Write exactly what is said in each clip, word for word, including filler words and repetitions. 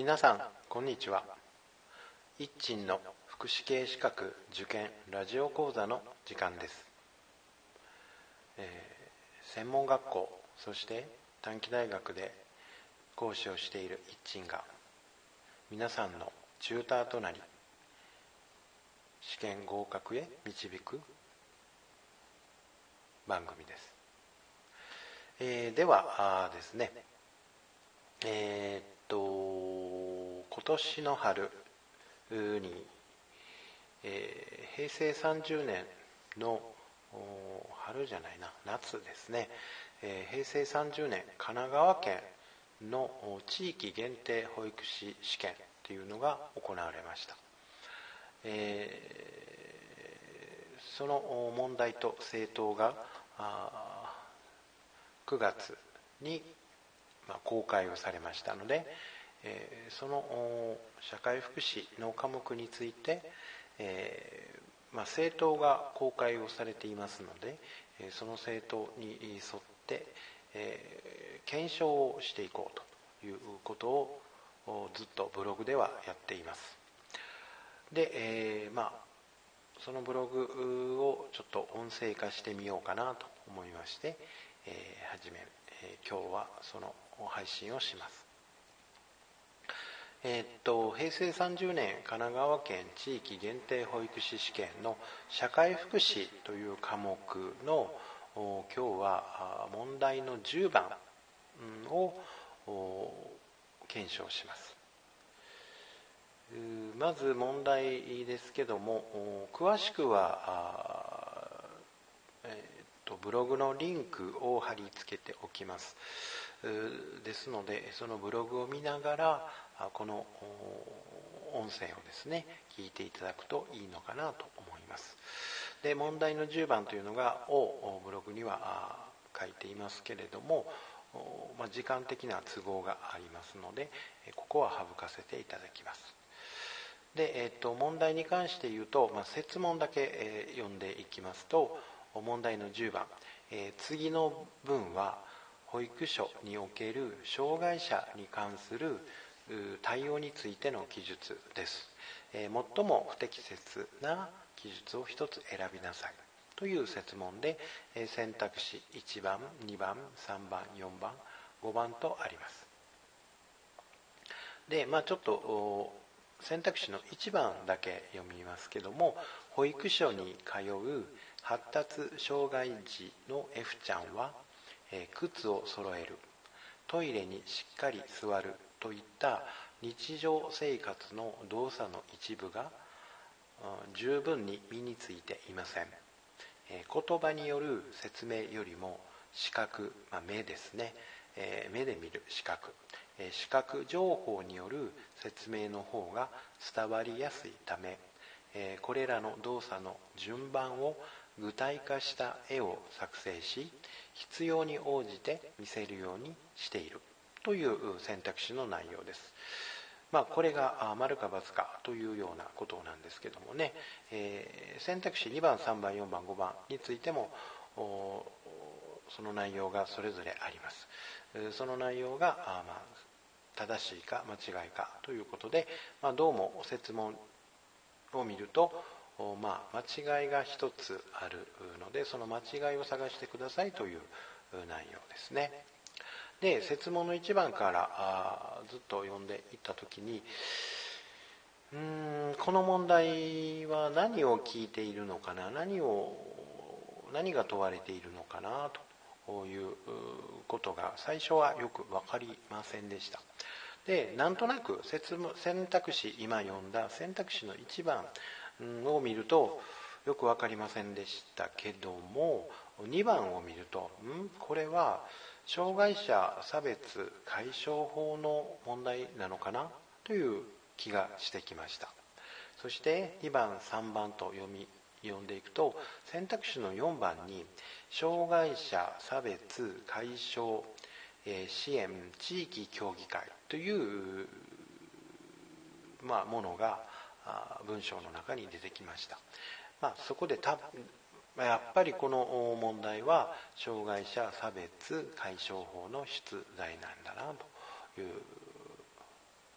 皆さんこんにちは。一鎮の福祉系資格受験ラジオ講座の時間です。えー、専門学校そして短期大学で講師をしている一鎮が皆さんのチューターとなり試験合格へ導く番組です。えー、ではですねえー、っと今年の春に、えー、平成さんじゅうねんの春じゃないな夏ですね、えー、平成さんじゅうねん神奈川県の地域限定保育士試験というのが行われました。えー、その問題と政党がくがつに公開をされましたので、えー、その社会福祉の科目について、えーまあ、政党が公開をされていますので、その政党に沿って、えー、検証をしていこうということをずっとブログではやっています。で、えー、まあそのブログをちょっと音声化してみようかなと思いまして、えー、始め、えー、今日はその配信をします。えー、っと平成さんじゅうねん神奈川県地域限定保育士試験の社会福祉という科目の今日は問題のじゅうばんを検証します。まず問題ですけども、詳しくは、えー、とブログのリンクを貼り付けておきます。ですのでそのブログを見ながらこの音声をですね聞いていただくといいのかなと思います。で、問題のじゅうばんというのがをブログには書いていますけれども、まあ、時間的な都合がありますのでここは省かせていただきます。で、えー、と問題に関して言うと、まあ、設問だけ、えー、読んでいきますと、問題のじゅうばん、えー、次の文は保育所における障害者に関する対応についての記述です。えー、最も不適切な記述を一つ選びなさいという設問で、えー、選択肢いちばん、にばん、さんばん、よんばん、ごばんとあります。で、まあちょっと選択肢のいちばんだけ読みますけども、保育所に通う発達障害児の F ちゃんは、えー、靴を揃える、トイレにしっかり座るといった日常生活の動作の一部が、うん、十分に身についていません。えー、言葉による説明よりも視覚、まあ、目ですね、えー、目で見る視覚、えー、視覚情報による説明の方が伝わりやすいため、えー、これらの動作の順番を具体化した絵を作成し、必要に応じて見せるようにしているという選択肢の内容です。まあ、これが丸か×かというようなことなんですけどもね、えー、選択肢にばん、さんばん、よんばん、ごばんについてもその内容がそれぞれあります。その内容があ、まあ、正しいか間違いかということで、まあ、どうも設問を見ると、まあ、間違いが一つあるので、その間違いを探してくださいという内容ですね。で、設問のいちばんからあずっと読んでいったときに、うーんこの問題は何を聞いているのかな、何を何が問われているのかなということが最初はよく分かりませんでした。で、なんとなく設問選択肢、今読んだ選択肢のいちばんを見るとよく分かりませんでしたけども、にばんを見ると、んこれは障害者差別解消法の問題なのかなという気がしてきました。そしてにばん、さんばんと読み読んでいくと、選択肢のよんばんに障害者差別解消支援地域協議会という、まあ、ものが文章の中に出てきました。まあ、そこでたやっぱりこの問題は障害者差別解消法の出題なんだなというこ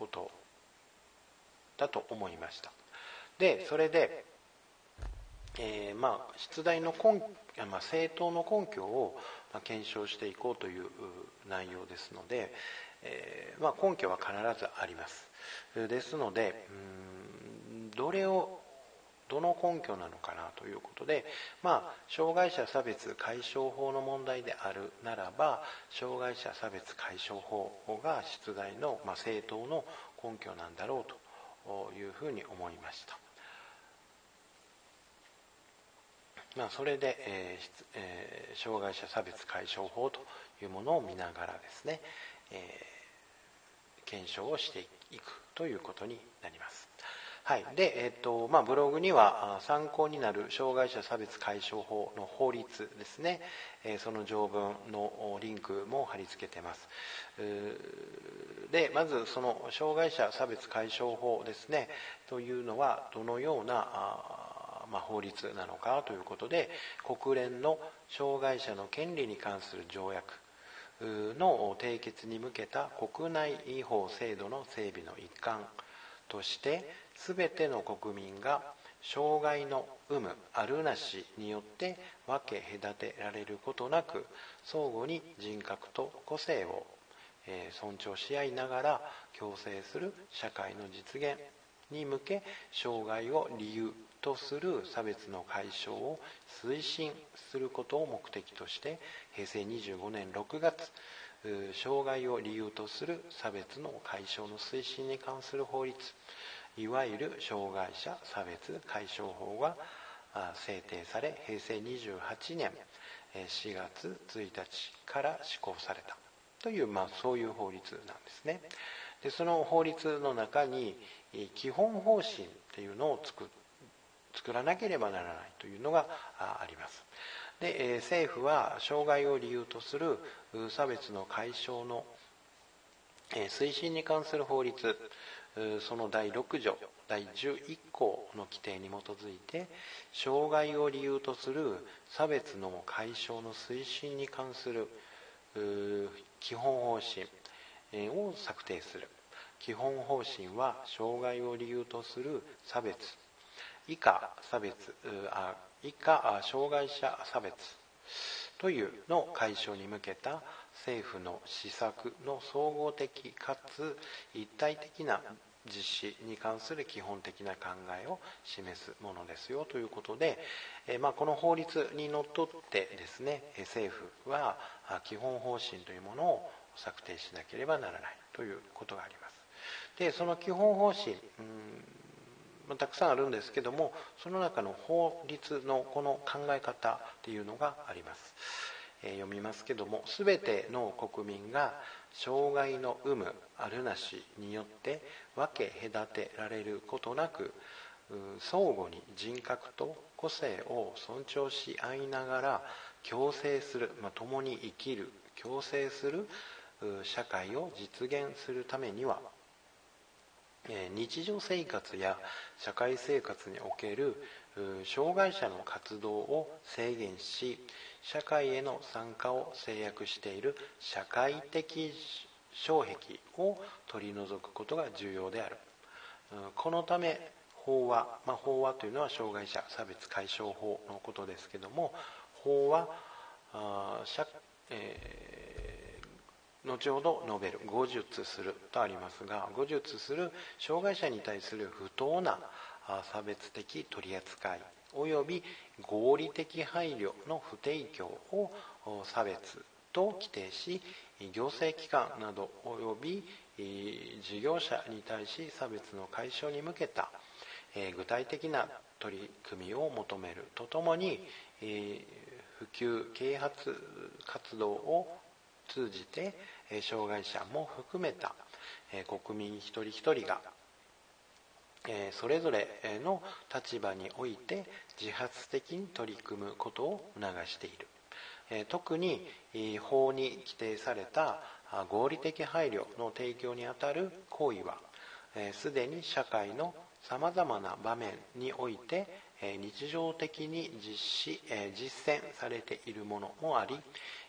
ことだと思いました。でそれで、えー、まあ出題の根、まあ、正当の根拠を検証していこうという内容ですので、えーまあ、根拠は必ずあります。ですので、うーんどれをどの根拠なのかなということで、まあ、障害者差別解消法の問題であるならば、障害者差別解消法が出題の、まあ、正当の根拠なんだろうというふうに思いました。まあ、それで、えーえー、障害者差別解消法というものを見ながらですね、えー、検証をしていくということになります。はい。で、えっと、まあ、ブログには参考になる障害者差別解消法の法律ですね、えー、その条文のリンクも貼り付けてます。で、まずその障害者差別解消法ですね、というのはどのようなまあ、法律なのかということで、国連の障害者の権利に関する条約の締結に向けた国内法制度の整備の一環として、全ての国民が障害の有無あるなしによって分け隔てられることなく、相互に人格と個性を尊重し合いながら共生する社会の実現に向け、障害を理由とする差別の解消を推進することを目的として、へいせいにじゅうごねんろくがつ、障害を理由とする差別の解消の推進に関する法律、いわゆる障害者差別解消法が制定され、へいせいにじゅうはちねんしがつついたちから施行されたという、まあ、そういう法律なんですね。でその法律の中に基本方針っていうのを作作らなければならないというのがあります。で政府は障害を理由とする差別の解消の推進に関する法律、そのだいろくじょだいじゅういっこうの規定に基づいて、障害を理由とする差別の解消の推進に関する基本方針を策定する。基本方針は障害を理由とする差別、以下差別あ以下障害者差別というの解消に向けた政府の施策の総合的かつ一体的な実施に関する基本的な考えを示すものですよということで、えまあ、この法律にのっとってですね、政府は基本方針というものを策定しなければならないということがあります。でその基本方針、うん、たくさんあるんですけども、その中の法律のこの考え方っていうのがあります。えー、読みますけども、すべての国民が障害の有無あるなしによって分け隔てられることなく、相互に人格と個性を尊重し合いながら共生する、まあ、共に生きる共生する社会を実現するためには、日常生活や社会生活における障害者の活動を制限し、社会への参加を制約している社会的障壁を取り除くことが重要である。このため法は、まあ、法はというのは障害者差別解消法のことですけども、法はあ社、えー、後ほど述べる語述するとありますが、語述する障害者に対する不当な差別的取り扱いおよび合理的配慮の不提供を差別と規定し、行政機関などおよび事業者に対し差別の解消に向けた具体的な取り組みを求めるとともに、普及啓発活動を通じて障害者も含めた国民一人一人がそれぞれの立場において自発的に取り組むことを促している。特に法に規定された合理的配慮の提供にあたる行為は、すでに社会のさまざまな場面において日常的に実施実践されているものもあり、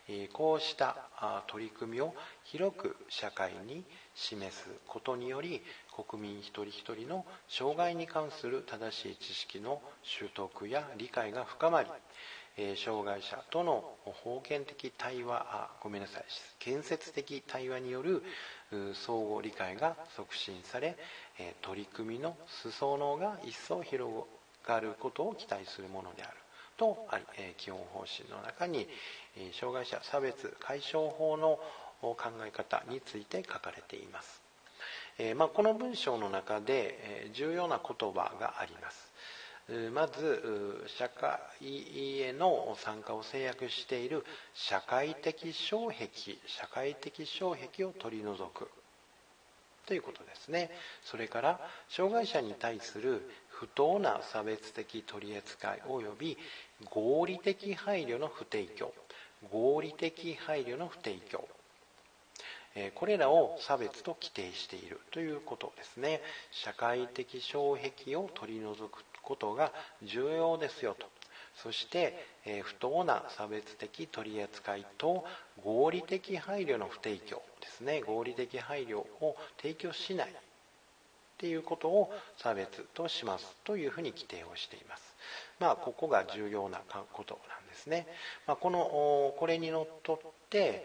こうした取り組みを広く社会に示すことにより、国民一人一人の障害に関する正しい知識の習得や理解が深まり、障害者との封建的対話あごめんなさい建設的対話による相互理解が促進され、取り組みの裾野が一層広がることを期待するものであるとあり、基本方針の中に障害者差別解消法の考え方について書かれています。まあ、この文章の中で重要な言葉があります。まず社会への参加を制約している社会的障壁社会的障壁を取り除くということですね。それから障害者に対する不当な差別的取り扱い及び合理的配慮の不提供合理的配慮の不提供これらを差別と規定しているということですね。社会的障壁を取り除くことが重要ですよと。そして、えー、不当な差別的取り扱いと合理的配慮の不提供ですね。合理的配慮を提供しないっていうことを差別としますというふうに規定をしています。まあここが重要なことなんですね。まあ、このこれにのっとって、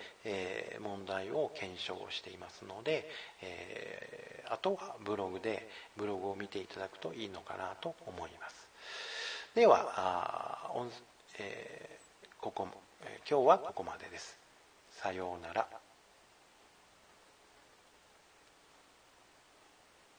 えー、問題を検証していますので、えー、あとはブログでブログを見ていただくといいのかなと思います。ではあ、えー、ここ今日はここまでです。さようなら。